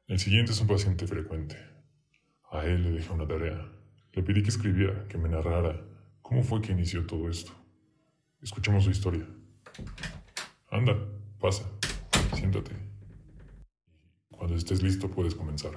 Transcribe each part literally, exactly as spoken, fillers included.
El siguiente es un paciente frecuente. A él le dejé una tarea. Le pedí que escribiera, que me narrara cómo fue que inició todo esto. Escuchemos su historia. Anda, pasa, siéntate. Cuando estés listo puedes comenzar.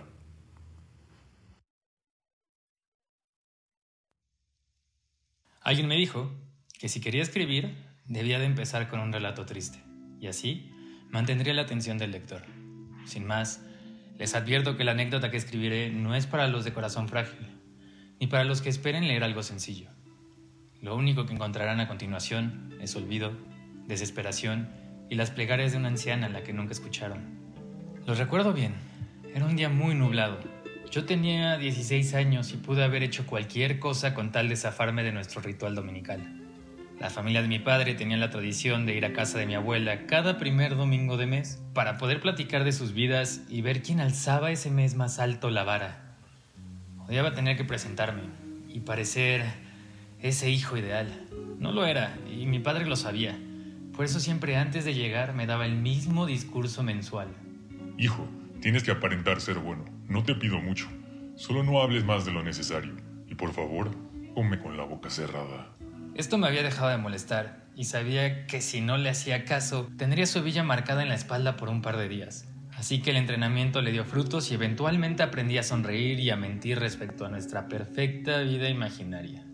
Alguien me dijo que si quería escribir, debía de empezar con un relato triste, y así mantendría la atención del lector. Sin más, les advierto que la anécdota que escribiré no es para los de corazón frágil, ni para los que esperen leer algo sencillo. Lo único que encontrarán a continuación es olvido, desesperación y las plegarias de una anciana a la que nunca escucharon. Los recuerdo bien, era un día muy nublado. Yo tenía dieciséis años y pude haber hecho cualquier cosa con tal de zafarme de nuestro ritual dominical. La familia de mi padre tenía la tradición de ir a casa de mi abuela cada primer domingo de mes para poder platicar de sus vidas y ver quién alzaba ese mes más alto la vara. Odiaba tener que presentarme y parecer ese hijo ideal. No lo era y mi padre lo sabía. Por eso siempre antes de llegar me daba el mismo discurso mensual. Hijo, tienes que aparentar ser bueno. No te pido mucho. Solo no hables más de lo necesario. Y por favor, come con la boca cerrada. Esto me había dejado de molestar y sabía que si no le hacía caso, tendría su hebilla marcada en la espalda por un par de días. Así que el entrenamiento le dio frutos y eventualmente aprendí a sonreír y a mentir respecto a nuestra perfecta vida imaginaria.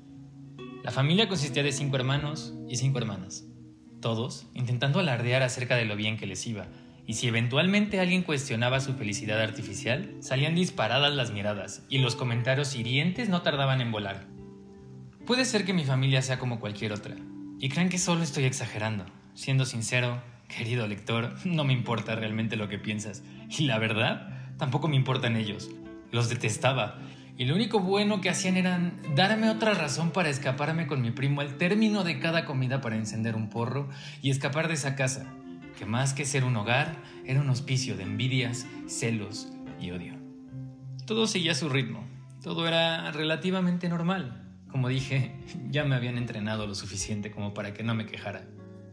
La familia consistía de cinco hermanos y cinco hermanas, todos intentando alardear acerca de lo bien que les iba, y si eventualmente alguien cuestionaba su felicidad artificial, salían disparadas las miradas y los comentarios hirientes no tardaban en volar. Puede ser que mi familia sea como cualquier otra, y crean que solo estoy exagerando. Siendo sincero, querido lector, no me importa realmente lo que piensas, y la verdad, tampoco me importan ellos. Los detestaba, y lo único bueno que hacían era darme otra razón para escaparme con mi primo al término de cada comida para encender un porro y escapar de esa casa, que más que ser un hogar, era un hospicio de envidias, celos y odio. Todo seguía su ritmo, todo era relativamente normal. Como dije, ya me habían entrenado lo suficiente como para que no me quejara.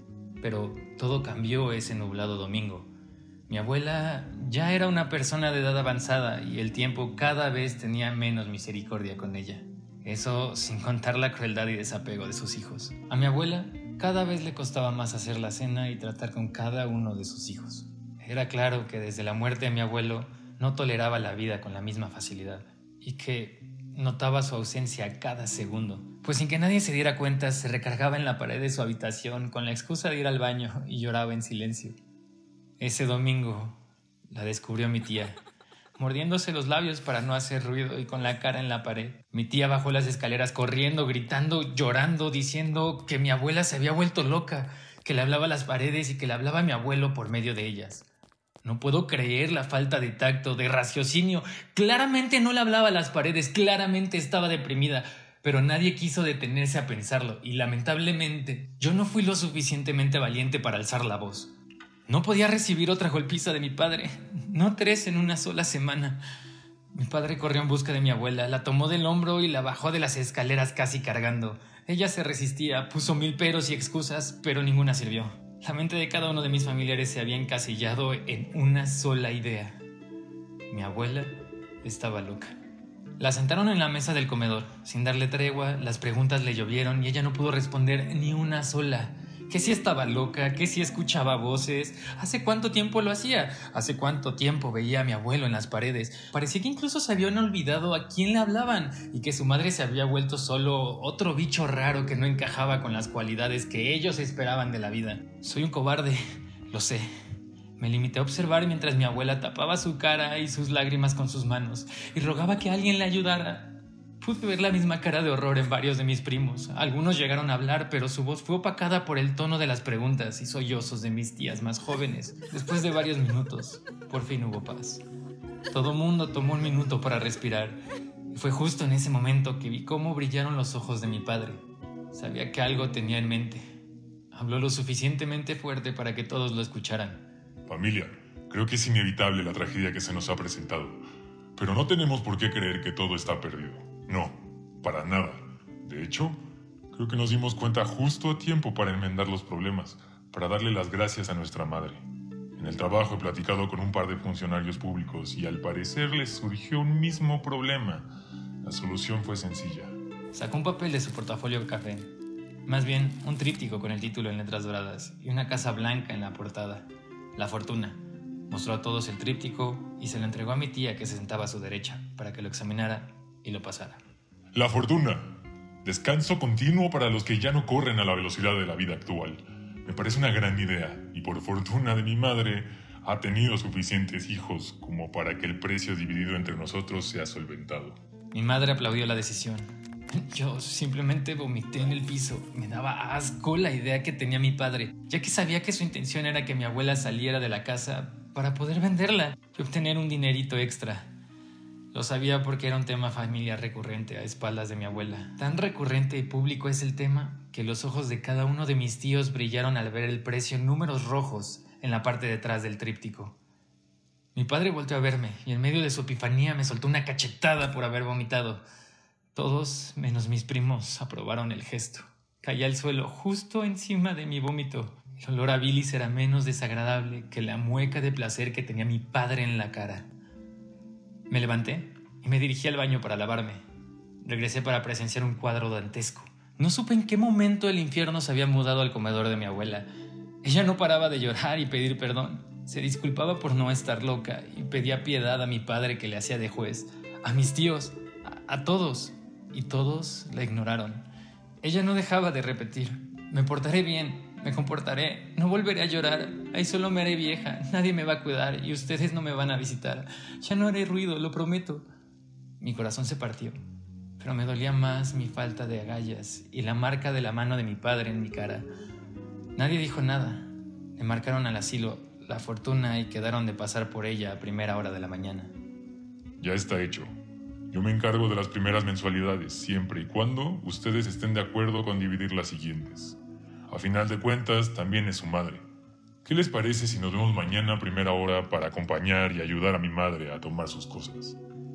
Pero todo cambió ese nublado domingo. Mi abuela ya era una persona de edad avanzada y el tiempo cada vez tenía menos misericordia con ella. Eso sin contar la crueldad y desapego de sus hijos. A mi abuela cada vez le costaba más hacer la cena y tratar con cada uno de sus hijos. Era claro que desde la muerte de mi abuelo no toleraba la vida con la misma facilidad y que notaba su ausencia a cada segundo, pues sin que nadie se diera cuenta se recargaba en la pared de su habitación con la excusa de ir al baño y lloraba en silencio. Ese domingo la descubrió mi tía, mordiéndose los labios para no hacer ruido y con la cara en la pared. Mi tía bajó las escaleras corriendo, gritando, llorando, diciendo que mi abuela se había vuelto loca, que le hablaba a las paredes y que le hablaba a mi abuelo por medio de ellas. No puedo creer la falta de tacto, de raciocinio. Claramente no le hablaba a las paredes, claramente estaba deprimida, pero nadie quiso detenerse a pensarlo y lamentablemente yo no fui lo suficientemente valiente para alzar la voz. No podía recibir otra golpiza de mi padre, no tres en una sola semana. Mi padre corrió en busca de mi abuela, la tomó del hombro y la bajó de las escaleras casi cargando. Ella se resistía, puso mil peros y excusas, pero ninguna sirvió. La mente de cada uno de mis familiares se había encasillado en una sola idea. Mi abuela estaba loca. La sentaron en la mesa del comedor. Sin darle tregua, las preguntas le llovieron y ella no pudo responder ni una sola. Que si estaba loca, que si escuchaba voces. ¿Hace cuánto tiempo lo hacía? ¿Hace cuánto tiempo veía a mi abuelo en las paredes? Parecía que incluso se habían olvidado a quién le hablaban y que su madre se había vuelto solo otro bicho raro que no encajaba con las cualidades que ellos esperaban de la vida. Soy un cobarde, lo sé. Me limité a observar mientras mi abuela tapaba su cara y sus lágrimas con sus manos y rogaba que alguien le ayudara. Pude ver la misma cara de horror en varios de mis primos. Algunos llegaron a hablar, pero su voz fue opacada por el tono de las preguntas y sollozos de mis tías más jóvenes. Después de varios minutos, por fin hubo paz. Todo mundo tomó un minuto para respirar. Y fue justo en ese momento que vi cómo brillaron los ojos de mi padre. Sabía que algo tenía en mente. Habló lo suficientemente fuerte para que todos lo escucharan. Familia, creo que es inevitable la tragedia que se nos ha presentado, pero no tenemos por qué creer que todo está perdido. No, para nada. De hecho, creo que nos dimos cuenta justo a tiempo para enmendar los problemas, para darle las gracias a nuestra madre. En el trabajo he platicado con un par de funcionarios públicos y al parecer les surgió un mismo problema. La solución fue sencilla. Sacó un papel de su portafolio café. Más bien, un tríptico con el título en letras doradas y una casa blanca en la portada. La fortuna. Mostró a todos el tríptico y se lo entregó a mi tía que se sentaba a su derecha para que lo examinara y lo pasara. La fortuna. Descanso continuo para los que ya no corren a la velocidad de la vida actual. Me parece una gran idea y por fortuna de mi madre ha tenido suficientes hijos como para que el precio dividido entre nosotros sea solventado. Mi madre aplaudió la decisión. Yo simplemente vomité en el piso. Me daba asco la idea que tenía mi padre, ya que sabía que su intención era que mi abuela saliera de la casa para poder venderla y obtener un dinerito extra. Lo sabía porque era un tema familiar recurrente a espaldas de mi abuela. Tan recurrente y público es el tema que los ojos de cada uno de mis tíos brillaron al ver el precio en números rojos en la parte de atrás del tríptico. Mi padre volteó a verme y en medio de su epifanía me soltó una cachetada por haber vomitado. Todos, menos mis primos, aprobaron el gesto. Caí al suelo justo encima de mi vómito. El olor a bilis era menos desagradable que la mueca de placer que tenía mi padre en la cara. Me levanté y me dirigí al baño para lavarme. Regresé para presenciar un cuadro dantesco. No supe en qué momento el infierno se había mudado al comedor de mi abuela. Ella no paraba de llorar y pedir perdón. Se disculpaba por no estar loca y pedía piedad a mi padre que le hacía de juez, a mis tíos, a, a todos. Y todos la ignoraron. Ella no dejaba de repetir: me portaré bien, me comportaré, no volveré a llorar, ahí solo me haré vieja, nadie me va a cuidar y ustedes no me van a visitar. Ya no haré ruido, lo prometo. Mi corazón se partió, pero me dolía más mi falta de agallas y la marca de la mano de mi padre en mi cara. Nadie dijo nada. Le marcaron al asilo la fortuna y quedaron de pasar por ella a primera hora de la mañana. Ya está hecho. Yo me encargo de las primeras mensualidades, siempre y cuando ustedes estén de acuerdo con dividir las siguientes. A final de cuentas, también es su madre. ¿Qué les parece si nos vemos mañana a primera hora para acompañar y ayudar a mi madre a tomar sus cosas?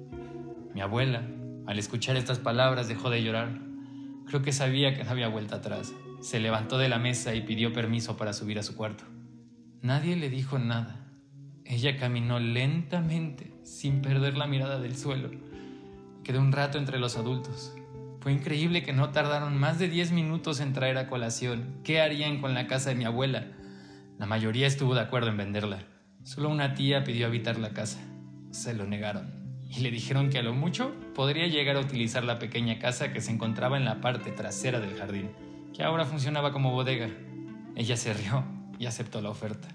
Mi abuela, al escuchar estas palabras, dejó de llorar. Creo que sabía que no había vuelta atrás. Se levantó de la mesa y pidió permiso para subir a su cuarto. Nadie le dijo nada. Ella caminó lentamente, sin perder la mirada del suelo. Quedé un rato entre los adultos. Fue increíble que no tardaron más de diez minutos en traer a colación qué harían con la casa de mi abuela. La mayoría estuvo de acuerdo en venderla. Solo una tía pidió habitar la casa. Se lo negaron y le dijeron que a lo mucho podría llegar a utilizar la pequeña casa que se encontraba en la parte trasera del jardín, que ahora funcionaba como bodega. Ella se rió y aceptó la oferta.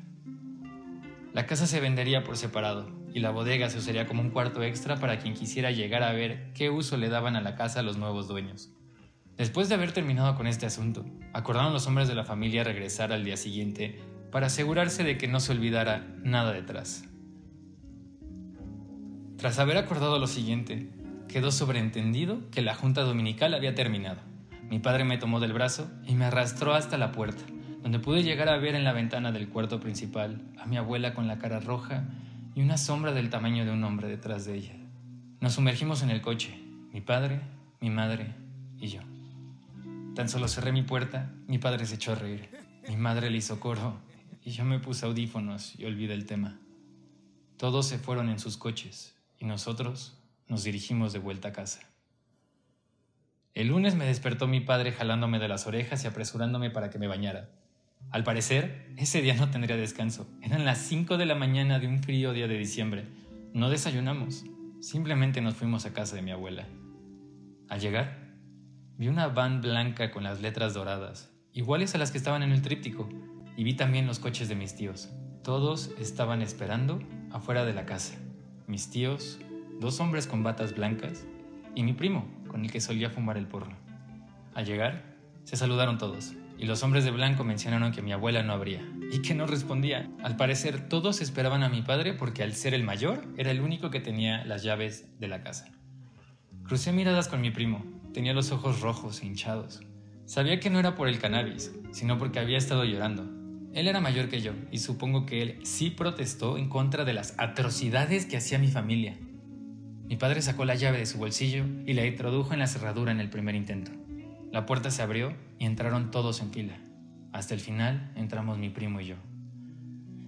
La casa se vendería por separado y la bodega se usaría como un cuarto extra para quien quisiera llegar a ver qué uso le daban a la casa a los nuevos dueños. Después de haber terminado con este asunto, acordaron los hombres de la familia regresar al día siguiente para asegurarse de que no se olvidara nada detrás. Tras haber acordado lo siguiente, quedó sobreentendido que la junta dominical había terminado. Mi padre me tomó del brazo y me arrastró hasta la puerta, donde pude llegar a ver en la ventana del cuarto principal a mi abuela con la cara roja y una sombra del tamaño de un hombre detrás de ella. Nos sumergimos en el coche, mi padre, mi madre y yo. Tan solo cerré mi puerta, mi padre se echó a reír. Mi madre le hizo coro y yo me puse audífonos y olvidé el tema. Todos se fueron en sus coches y nosotros nos dirigimos de vuelta a casa. El lunes me despertó mi padre jalándome de las orejas y apresurándome para que me bañara. Al parecer, ese día no tendría descanso. Eran las cinco de la mañana de un frío día de diciembre. No desayunamos. Simplemente nos fuimos a casa de mi abuela. Al llegar, vi una van blanca con las letras doradas, iguales a las que estaban en el tríptico, y vi también los coches de mis tíos. Todos estaban esperando afuera de la casa. Mis tíos, dos hombres con batas blancas, y mi primo, con el que solía fumar el porro. Al llegar, se saludaron todos, y los hombres de blanco mencionaron que mi abuela no abría, y que no respondía. Al parecer, todos esperaban a mi padre porque al ser el mayor, era el único que tenía las llaves de la casa. Crucé miradas con mi primo. Tenía los ojos rojos e hinchados. Sabía que no era por el cannabis, sino porque había estado llorando. Él era mayor que yo, y supongo que él sí protestó en contra de las atrocidades que hacía mi familia. Mi padre sacó la llave de su bolsillo y la introdujo en la cerradura en el primer intento. La puerta se abrió y entraron todos en fila. Hasta el final entramos mi primo y yo.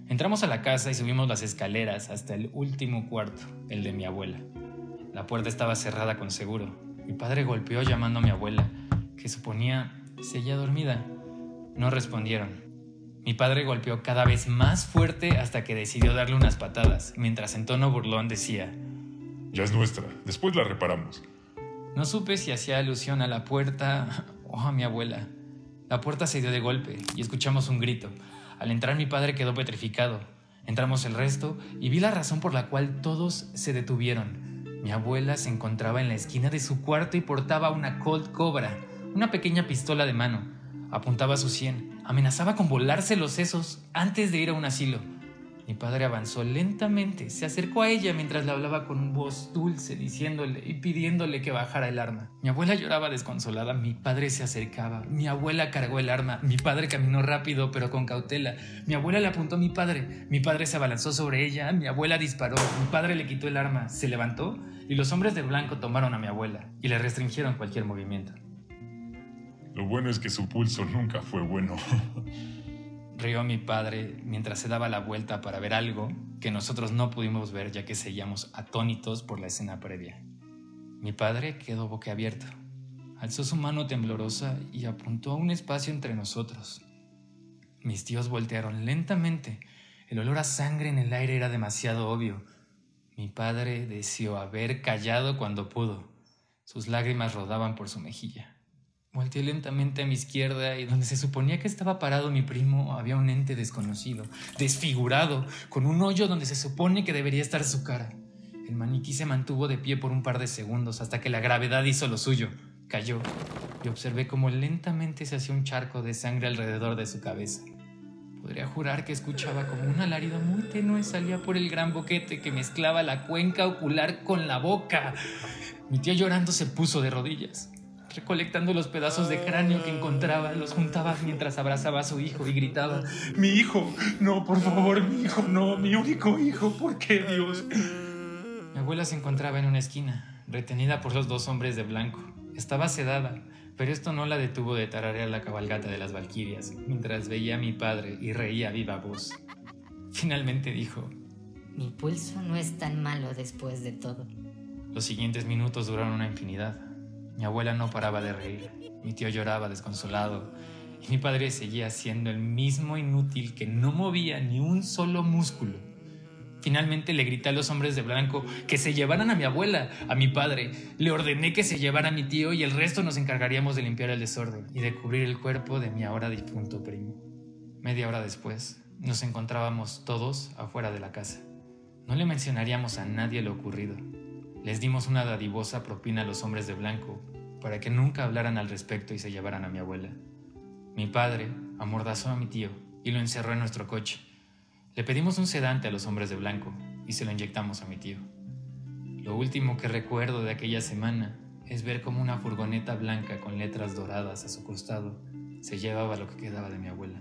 Entramos a la casa y subimos las escaleras hasta el último cuarto, el de mi abuela. La puerta estaba cerrada con seguro. Mi padre golpeó llamando a mi abuela, que suponía seguía dormida. No respondieron. Mi padre golpeó cada vez más fuerte hasta que decidió darle unas patadas, mientras en tono burlón decía: ya es nuestra, después la reparamos. No supe si hacía alusión a la puerta o a mi abuela. La puerta se dio de golpe y escuchamos un grito. Al entrar mi padre quedó petrificado. Entramos el resto y vi la razón por la cual todos se detuvieron. Mi abuela se encontraba en la esquina de su cuarto y portaba una Colt Cobra, una pequeña pistola de mano. Apuntaba a su sien, amenazaba con volarse los sesos antes de ir a un asilo. Mi padre avanzó lentamente, se acercó a ella mientras le hablaba con voz dulce, diciéndole y pidiéndole que bajara el arma. Mi abuela lloraba desconsolada, mi padre se acercaba, mi abuela cargó el arma, mi padre caminó rápido pero con cautela. Mi abuela le apuntó a mi padre, mi padre se abalanzó sobre ella, mi abuela disparó, mi padre le quitó el arma, se levantó y los hombres de blanco tomaron a mi abuela y le restringieron cualquier movimiento. Lo bueno es que su pulso nunca fue bueno. Rió mi padre mientras se daba la vuelta para ver algo que nosotros no pudimos ver ya que seguíamos atónitos por la escena previa. Mi padre quedó boquiabierto. Alzó su mano temblorosa y apuntó a un espacio entre nosotros. Mis tíos voltearon lentamente. El olor a sangre en el aire era demasiado obvio. Mi padre deseó haber callado cuando pudo. Sus lágrimas rodaban por su mejilla. Volteé lentamente a mi izquierda y donde se suponía que estaba parado mi primo había un ente desconocido, desfigurado, con un hoyo donde se supone que debería estar su cara. El maniquí se mantuvo de pie por un par de segundos hasta que la gravedad hizo lo suyo. Cayó y observé cómo lentamente se hacía un charco de sangre alrededor de su cabeza. Podría jurar que escuchaba como un alarido muy tenue salía por el gran boquete que mezclaba la cuenca ocular con la boca. Mi tía llorando se puso de rodillas. Recolectando los pedazos de cráneo que encontraba, los juntaba mientras abrazaba a su hijo y gritaba: ¡mi hijo! ¡No, por favor, mi hijo! ¡No, mi único hijo! ¿Por qué, Dios? Mi abuela se encontraba en una esquina, retenida por los dos hombres de blanco. Estaba sedada, pero esto no la detuvo de tararear la cabalgata de las valquirias, mientras veía a mi padre y reía a viva voz. Finalmente dijo: mi pulso no es tan malo después de todo. Los siguientes minutos duraron una infinidad. Mi abuela no paraba de reír, mi tío lloraba desconsolado y mi padre seguía siendo el mismo inútil que no movía ni un solo músculo. Finalmente le grité a los hombres de blanco que se llevaran a mi abuela, a mi padre. Le ordené que se llevara a mi tío y el resto nos encargaríamos de limpiar el desorden y de cubrir el cuerpo de mi ahora difunto primo. Media hora después, nos encontrábamos todos afuera de la casa. No le mencionaríamos a nadie lo ocurrido. Les dimos una dadivosa propina a los hombres de blanco para que nunca hablaran al respecto y se llevaran a mi abuela. Mi padre amordazó a mi tío y lo encerró en nuestro coche. Le pedimos un sedante a los hombres de blanco y se lo inyectamos a mi tío. Lo último que recuerdo de aquella semana es ver cómo una furgoneta blanca con letras doradas a su costado se llevaba lo que quedaba de mi abuela.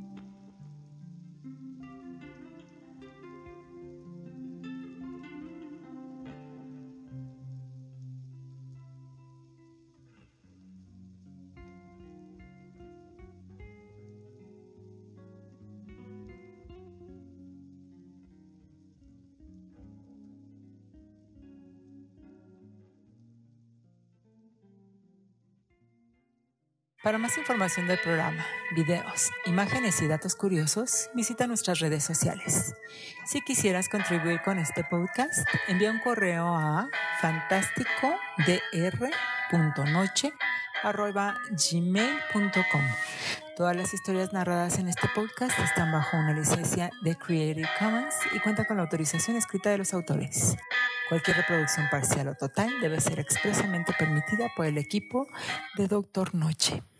Para más información del programa, videos, imágenes y datos curiosos, visita nuestras redes sociales. Si quisieras contribuir con este podcast, envía un correo a fantasticodr punto noche arroba gmail punto com. Todas las historias narradas en este podcast están bajo una licencia de Creative Commons y cuentan con la autorización escrita de los autores. Cualquier reproducción parcial o total debe ser expresamente permitida por el equipo de Doctor Noche.